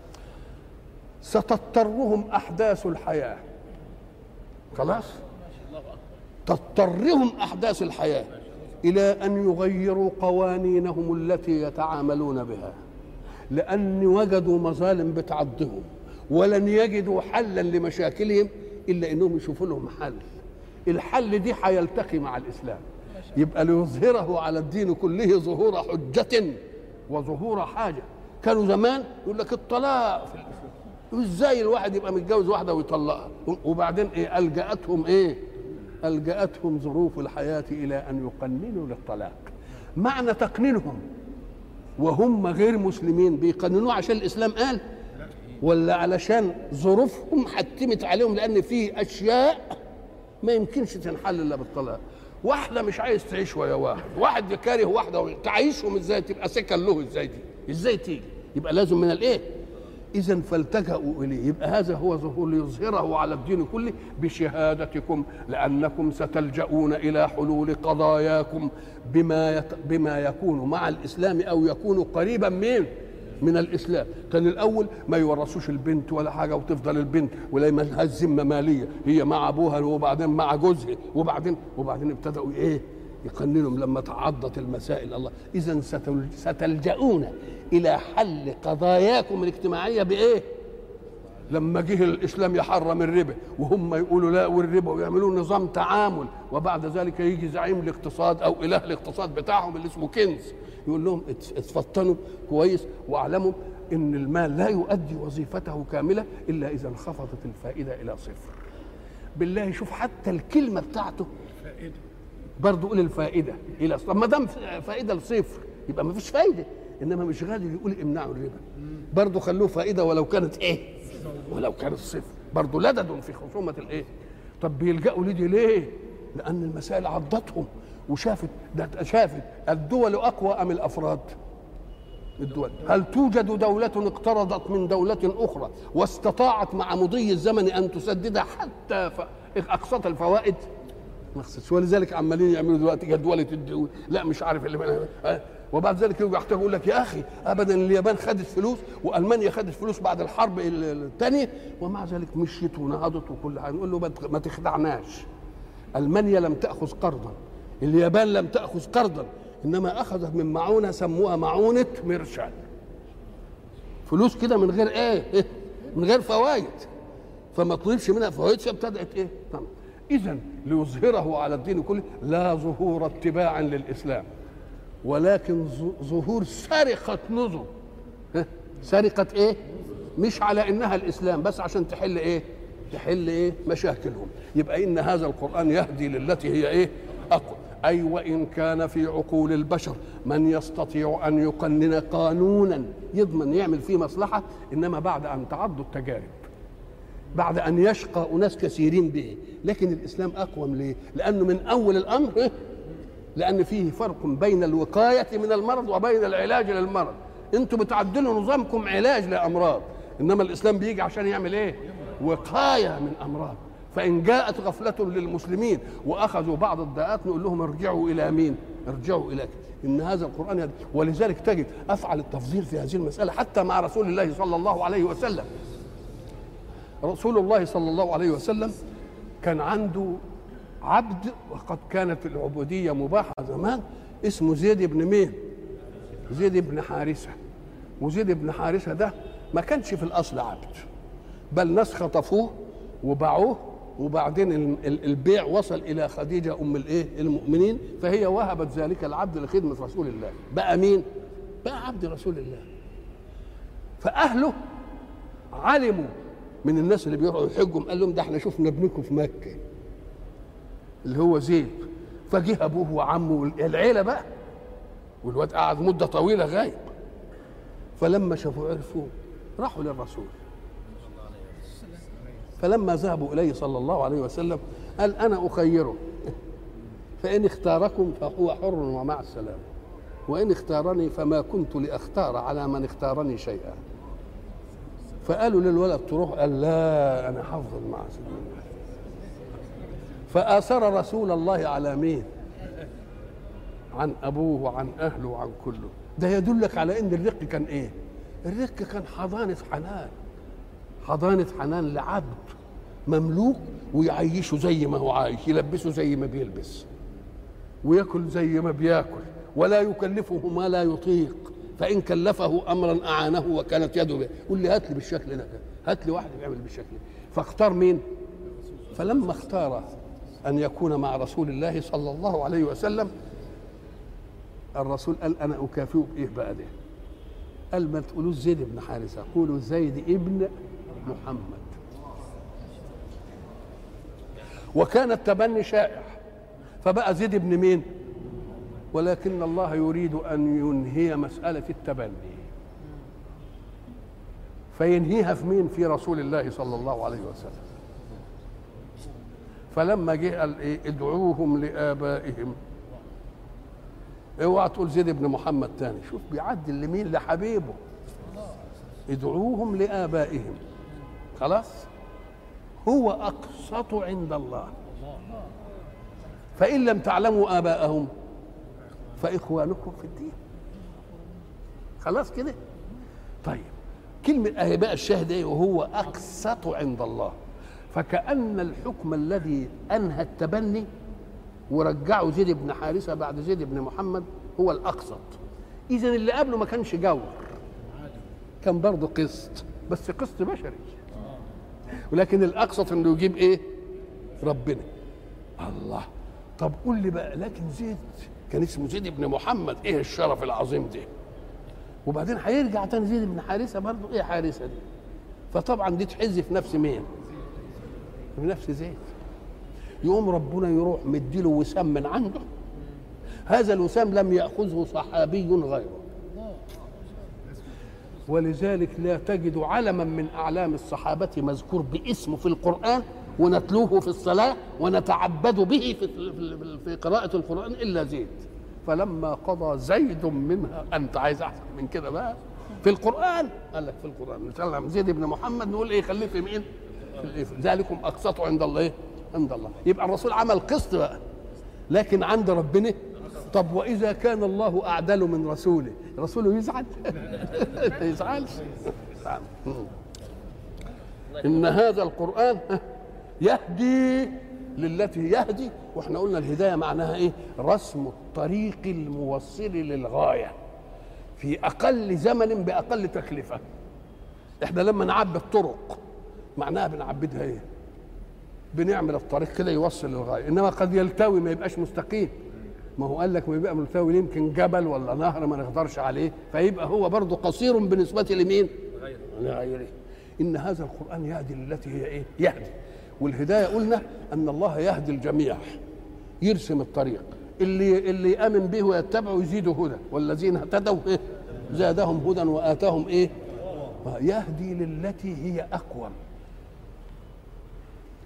ستضطرهم احداث الحياه، خلاص تضطرهم احداث الحياه الى ان يغيروا قوانينهم التي يتعاملون بها، لان وجدوا مظالم بتعضهم ولن يجدوا حلا لمشاكلهم الا انهم يشوفوا لهم حل. الحل دي هيلتقي مع الاسلام، يبقى ليظهره على الدين كله ظهور حجه وظهور حاجه. كانوا زمان يقول لك الطلاق في الاسلام، ازاي الواحد يبقى متجوز واحده ويطلقها؟ وبعدين ايه؟ الجأتهم ظروف الحياه الى ان يقننوا للطلاق. معنى تقنينهم وهم غير مسلمين بيقننوه عشان الاسلام قال، ولا علشان ظروفهم حتمت عليهم؟ لان في اشياء ما يمكنش تنحل الا بالطلاق. واحده مش عايز تعيش ويا واحد كاره واحده، تعيشهم ازاي؟ تبقى سكن له ازاي دي؟ ازاي تيجي؟ يبقى لازم من الايه؟ إذن فالتجأوا إليه. يبقى هذا هو ظهور ليظهره على الدين كله بشهادتكم، لأنكم ستلجؤون إلى حلول قضاياكم بما يكون مع الإسلام أو يكون قريبا من الإسلام. كان الأول ما يورثوش البنت ولا حاجة، وتفضل البنت ولا ملهاش ذمة مالية، هي مع أبوها وبعدين مع جوزها، وبعدين ابتدأوا إيه؟ يقننوا لما تعضت المسائل. الله، إذن ستلجؤون إلى حل قضاياكم الاجتماعية بإيه؟ لما جه الإسلام يحرم الربا وهم يقولوا لا والربا، ويعملوا نظام تعامل، وبعد ذلك يجي زعيم الاقتصاد أو إله الاقتصاد بتاعهم اللي اسمه كينز يقول لهم اتفطنوا كويس واعلموا إن المال لا يؤدي وظيفته كاملة إلا إذا انخفضت الفائدة إلى صفر. بالله شوف حتى الكلمة بتاعته برضه قول الفائدة إلى صفر. ما دام فائدة لصفر يبقى ما فيش فايدة، انما مش غادر يقول امنعوا الربا، برضه خلوه فائده ولو كانت ايه؟ ولو كانت صفر، برضه لدد في خصومه الايه؟ طب بيلجأوا لدي ليه؟ لان المسائل عضتهم وشافت الدول اقوى ام الافراد؟ الدول. هل توجد دولة اقترضت من دولة اخرى واستطاعت مع مضي الزمن ان تسددها حتى اقساط الفوائد؟ ما خسرش. ولذلك عمالين يعملوا دلوقتي جدولة الديون، لا مش عارف اللي وبعد ذلك يحتاج يقول لك يا اخي ابدا اليابان خدت فلوس والمانيا خدت فلوس بعد الحرب الثانيه، ومع ذلك مشيت ونهضت وكل حاجه. نقول له ما تخدعناش، المانيا لم تاخذ قرضا، اليابان لم تاخذ قرضا، انما اخذت من معونه سموها معونه ميرشال، فلوس كده من غير ايه؟ من غير فوائد، فما طلبش منها فوائد فابتدات ايه؟ طبعا. اذا ليظهره على الدين كله لا ظهور اتباع للاسلام، ولكن ظهور سرقة نظم. سرقة ايه؟ مش على انها الاسلام بس، عشان تحل ايه؟ مشاكلهم. يبقى ان هذا القرآن يهدي للتي هي ايه؟ اقوى. اي وان كان في عقول البشر من يستطيع ان يقنن قانونا يضمن يعمل فيه مصلحة، انما بعد ان تعضوا التجارب بعد أن يشقى أناس كثيرين به، لكن الإسلام أقوم ليه؟ لأنه من أول الأمر لأن فيه فرق بين الوقاية من المرض وبين العلاج للمرض. أنتم بتعدلوا نظامكم علاج لأمراض، إنما الإسلام بيجي عشان يعمل إيه؟ وقاية من أمراض. فإن جاءت غفلة للمسلمين وأخذوا بعض الداءات نقول لهم ارجعوا إلى مين؟ ارجعوا إلى إن هذا القرآن يد. ولذلك تجد أفعل التفضيل في هذه المسألة حتى مع رسول الله صلى الله عليه وسلم. رسول الله صلى الله عليه وسلم كان عنده عبد، وقد كانت العبودية مباحة زمان، اسمه زيد بن مين؟ زيد بن حارثة. وزيد بن حارثة ده ما كانش في الأصل عبد، بل ناس خطفوه وباعوه، وبعدين البيع وصل إلى خديجة أم المؤمنين، فهي وهبت ذلك العبد لخدمة رسول الله. بقى مين؟ بقى عبد رسول الله. فأهله علموا من الناس اللي بيروحوا يحجوا، قال لهم ده احنا شفنا ابنكم في مكة اللي هو زيد. فجه ابوه وعمه العيله بقى، والواد قعد مده طويله غايب. فلما شافوا عرفوه راحوا للرسول، فلما ذهبوا اليه صلى الله عليه وسلم قال انا اخيره، فان اختاركم فهو حر ومع السلام، وان اختارني فما كنت لاختار على من اختارني شيئا. فقالوا للولد تروح، قال لا انا حافظ مع سيدنا. فآثر رسول الله على مين؟ عن أبوه وعن أهله وعن كله. ده يدلك على إن الرق كان إيه؟ الرق كان حضانة حنان، حضانة حنان لعبد مملوك، ويعيشه زي ما هو عايش، يلبسه زي ما بيلبس، ويأكل زي ما بيأكل، ولا يكلفه ما لا يطيق، فإن كلفه أمرا أعانه وكانت يده به. قول لي هات لي بالشكل ده، هات لي واحد بيعمل بالشكل ده. فاختار مين؟ فلما اختار أن يكون مع رسول الله صلى الله عليه وسلم، الرسول قال أنا أكافئه بإيه بقى ده؟ قال ما تقولوش زيد بن حارثة، قولوا زيد ابن محمد. وكان التبني شائع، فبقى زيد ابن مين؟ ولكن الله يريد أن ينهي مسألة التبني، فينهيها في مين؟ في رسول الله صلى الله عليه وسلم. فلما جه قال ايه؟ ادعوهم لآبائهم. اوعى تقول زيد بن محمد تاني، شوف بيعدل لمين؟ لحبيبه. ادعوهم لآبائهم، خلاص، هو أقسط عند الله. فإن لم تعلموا آباءهم فإخوانكم في الدين. خلاص كده؟ طيب كلمة آباء الشاهد ايه؟ وهو أقسط عند الله. فكأن الحكم الذي أنهى التبني ورجعه زيد بن حارثة بعد زيد بن محمد هو الأقسط. إذن اللي قبله ما كانش جور، كان برضه قسط، بس قسط بشري. ولكن الأقسط إنه يجيب إيه؟ ربنا. الله. طب قول لي بقى، لكن زيد كان اسمه زيد بن محمد، إيه الشرف العظيم ده؟ وبعدين هيرجع تاني زيد بن حارثة برضه، إيه حارثة دي؟ فطبعا دي تحز في نفس مين؟ بنفس زيد. يقوم ربنا يروح مديله وسام من عنده، هذا الوسام لم يأخذه صحابي غيره، ولذلك لا تجد علما من أعلام الصحابة مذكور باسمه في القرآن ونتلوه في الصلاة ونتعبد به في قراءة القرآن إلا زيد. فلما قضى زيد منها، أنت عايز أحسن من كده بقى في القرآن؟ قال لك في القرآن نسلم زيد بن محمد، نقول إيه؟ خليه في مين؟ ذلكم أقسطوا عند الله. إيه؟ عند الله. يبقى الرسول عمل قسط بقى، لكن عند ربنا. طب وإذا كان الله أعدل من رسوله، رسوله يزعل؟ ما يزعلش. إن هذا القرآن يهدي للتي يهدي، واحنا قلنا الهداية معناها إيه؟ رسم الطريق الموصل للغاية في أقل زمن بأقل تكلفة. احنا لما نعبي الطرق معناها بنعبدها ايه؟ بنعمل الطريق كده يوصل للغايه، انما قد يلتوي ما يبقاش مستقيم. ما هو قال لك ما يبقى ملتوي، يمكن جبل ولا نهر ما نقدرش عليه، فيبقى هو برضه قصير بالنسبه لمين؟ لغيره. ان هذا القران يهدي للتي هي ايه؟ يهدي. والهدايه قلنا ان الله يهدي الجميع، يرسم الطريق، اللي يامن به ويتبعه يزيده هدى، والذين اهتدوا إيه؟ زادهم هدى واتاهم ايه؟ يهدي للتي هي اقوم.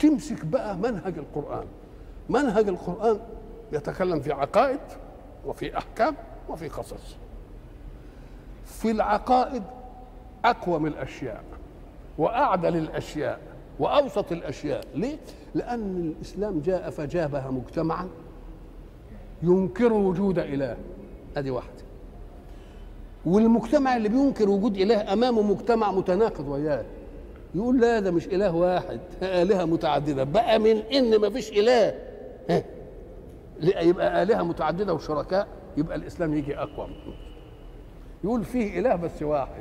تمسك بقى منهج القرآن. منهج القرآن يتكلم في عقائد وفي أحكام وفي قصص. في العقائد أقوم الأشياء وأعدل الأشياء وأوسط الأشياء. ليه؟ لأن الإسلام جاء فجابها مجتمعا ينكر وجود إله، هذه واحدة. والمجتمع اللي بينكر وجود إله أمامه مجتمع متناقض وياه، يقول لا ده مش إله واحد، آلهة متعددة. بقى من إن ما فيش إله يبقى آلهة متعددة وشركاء، يبقى الإسلام يجي أقوى. يقول فيه إله بس واحد.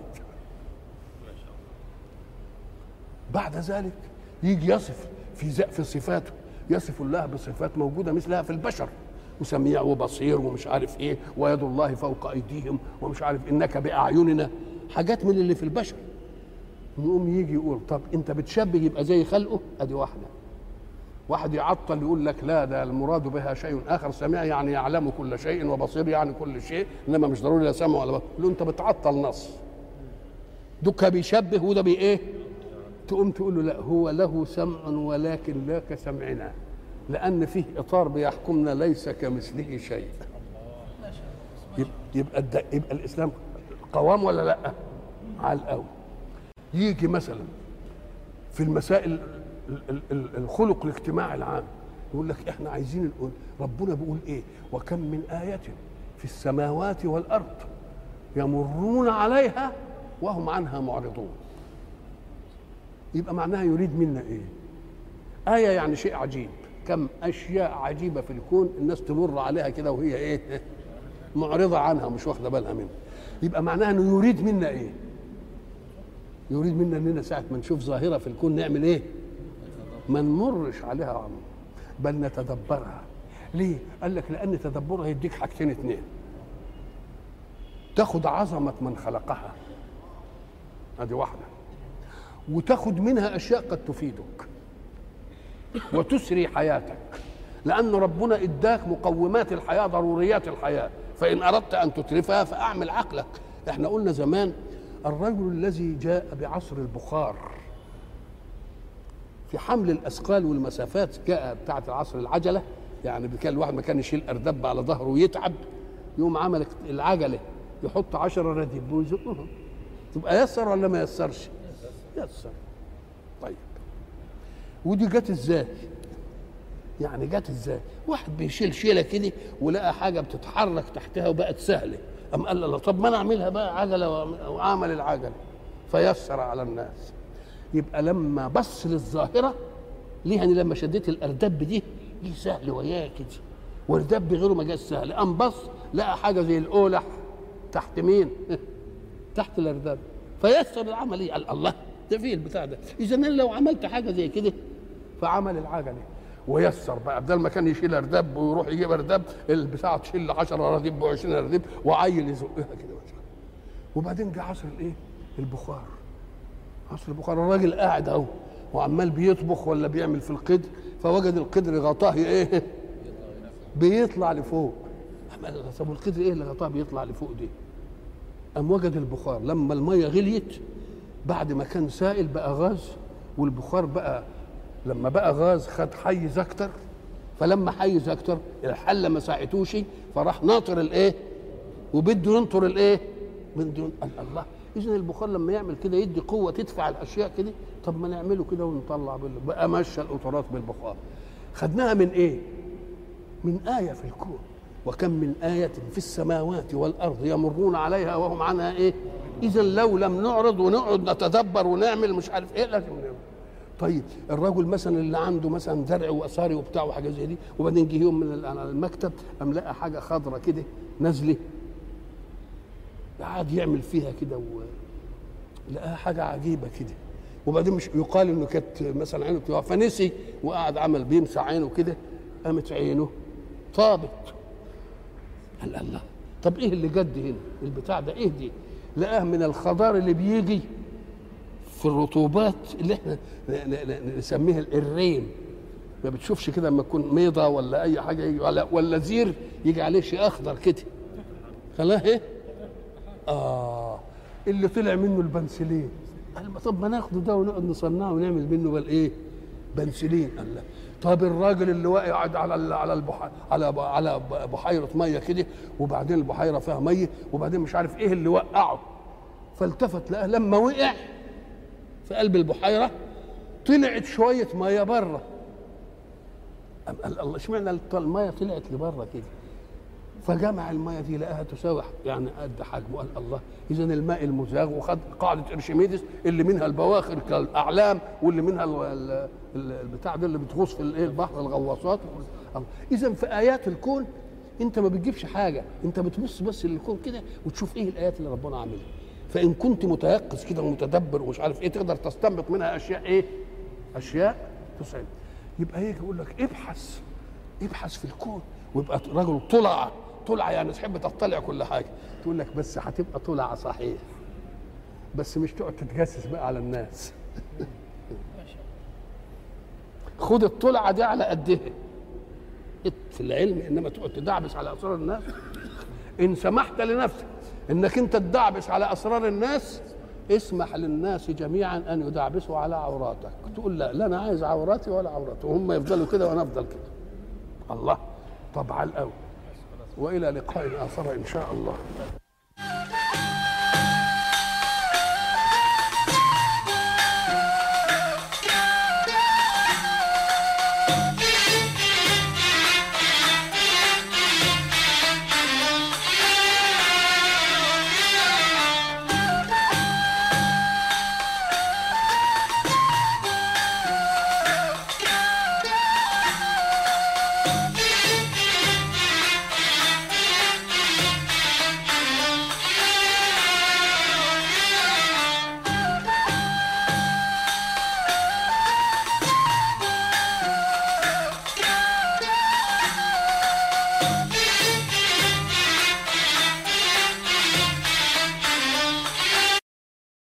بعد ذلك يجي يصف في صفاته، يصف الله بصفات موجودة مثلها في البشر، وسميع وبصير ومش عارف ايه، ويد الله فوق ايديهم ومش عارف انك باعيننا، حاجات من اللي في البشر. يقوم يجي يقول طب انت بتشبه يبقى زي خلقه، ادي واحده. واحد يعطل يقول لك لا ده المراد بها شيء اخر، سميع يعني يعلم كل شيء، وبصير يعني كل شيء، انما مش ضروري لا سمع ولا بصر. له انت بتعطل نص، دوكا بيشبه وده بايه؟ تقوم تقول له لا هو له سمع ولكن لا كسمعنا، لأن فيه إطار بيحكمنا ليس كمثله شيء. يبقى الإسلام قوام ولا لا؟ على الأول. يجي مثلا في المسائل الخلق الاجتماعي العام، يقول لك احنا عايزين نقول ربنا بيقول ايه؟ وكم من آية في السماوات والأرض يمرون عليها وهم عنها معرضون. يبقى معناها يريد منا ايه؟ آية يعني شيء عجيب. كم أشياء عجيبة في الكون الناس تمر عليها كده وهي ايه؟ معرضة عنها ومش واخدة بالها منها. يبقى معناها انه يريد منا ايه؟ يريد منا اننا ساعة ما نشوف ظاهرة في الكون نعمل ايه؟ ما نمرش عليها عمر، بل نتدبرها. ليه؟ قال لك لأن تدبرها يديك حاجتين اتنين. تاخد عظمة من خلقها، ادي واحدة، وتاخد منها أشياء قد تفيدك وتسري حياتك، لأن ربنا إداك مقومات الحياة، ضروريات الحياة، فإن أردت أن تترفها فأعمل عقلك. احنا قلنا زمان الرجل الذي جاء بعصر البخار في حمل الأثقال والمسافات، جاء بتاعة العصر العجلة، يعني كان الواحد ما كان يشيل أردب على ظهره ويتعب، يوم عمل العجلة يحط 10 رديب ويزقهم. تبقى يسر ولا ما يسرش؟ يسر. طيب ودي جت ازاي؟ يعني جت ازاي؟ واحد بيشيل شيله كده ولقى حاجه بتتحرك تحتها وبقت سهله، قام قال له طب ما انا اعملها بقى عجله، وعمل العجله فيسر على الناس. يبقى لما بص للظاهره ليه؟ يعني لما شديت الاردب دي سهل وياه كده، واردب غيره ما جاش سهل، قام بص لقى حاجه زي الاولح تحت مين؟ تحت الاردب، فيسر العمليه. قال الله ده فيه البتاع ده، اذا انا لو عملت حاجه زي كده فعمل العجله ويسر بقى، بدل ما كان يشيل اردب ويروح يجيب اردب البتاعه تشيل 10 رديب و20 رديب وعيل يزقها كده. وبعدين جه عصر الايه؟ البخار. عصر البخار الراجل قاعد اهو وعمال بيطبخ ولا بيعمل في القدر، فوجد القدر غطاه ايه؟ بيطلع لفوق. طب القدر ايه اللي غطاه بيطلع لفوق دي؟ قام وجد البخار لما الميه غليت بعد ما كان سائل بقى غاز، والبخار بقى لما بقى غاز خد حيز اكتر، فلما حيز اكتر الحله ما ساعتوش فراح ناطر الايه؟ وبده ينطر الايه؟ بده. الله، اذا البخار لما يعمل كده يدي قوه تدفع الاشياء كده. طب ما نعمله كده ونطلع بقى مشى القطارات بالبخار. خدناها من ايه؟ من آية في الكون. وكم من آية في السماوات والأرض يمرون عليها وهم عنها ايه؟ إذا لو لم نعرض ونقعد نتدبر ونعمل مش عارف ايه لازم نعمل. طيب الرجل مثلا اللي عنده مثلا زرع وأصاري وبتاع وحاجة زي دي، وبعدين جه يوم من المكتب قام لقى حاجة خضرة كده نازلة، قعد يعمل فيها كده لقاها حاجة عجيبة كده، وبعدين مش يقال انه كانت مثلا عينه بتوقع فنسي وقعد عمل بيمسح عينه كده، قامت عينه طابت. قال الله، طب ايه اللي جد هنا؟ البتاع ده ايه دي؟ لقاه من الخضار اللي بيجي في الرطوبات اللي احنا نسميها الريم. ما بتشوفش كده لما تكون ميضه ولا اي حاجه يجي ولا زير يجي عليه شيء اخضر كده، خلاه ايه؟ اللي طلع منه البنسلين. قال طب ما ناخده ده ونقعد نصنعه ونعمل منه بل ايه؟ بنسلين. قال لا. طب الراجل اللي واقع قاعد على بحيره ميه كده، وبعدين البحيره فيها ميه، وبعدين مش عارف ايه اللي وقعه، فالتفت لقاه لما وقع في قلب البحيره طلعت شويه ميه بره. قال الله اشمعنى الميه طلعت لبره كده؟ فجمع الميه دي لقاها تساوي يعني قد حجمه. قال الله، اذا الماء المزاغ، وخد قاعده ارشميدس اللي منها البواخر كالاعلام، واللي منها البتاع ده اللي بتغوص في البحر الغواصات. اذا في ايات الكون انت ما بتجيبش حاجه، انت بتبص بس للكون كده وتشوف ايه الايات اللي ربنا عاملها. فان كنت متيقظ كده ومتدبر ومش عارف ايه، تقدر تستنبط منها اشياء ايه؟ اشياء تسعد. يبقى هيك يقول لك ابحث في الكون، ويبقى رجل طلع يعني تحب تطلع كل حاجه. تقول لك بس هتبقى طلعه صحيح، بس مش تقعد تتجسس بقى على الناس. خد الطلعه دي على قدها في العلم، انما تقعد تدعبس على اسرار الناس. ان سمحت لنفسك انك انت تدعبس على اسرار الناس، اسمح للناس جميعا ان يدعبسوا على عوراتك. تقول لا انا عايز عوراتي ولا عوراتي، وهم يفضلوا كده وانا افضل كده. الله. طب على الاول، والى لقاء اخر ان شاء الله.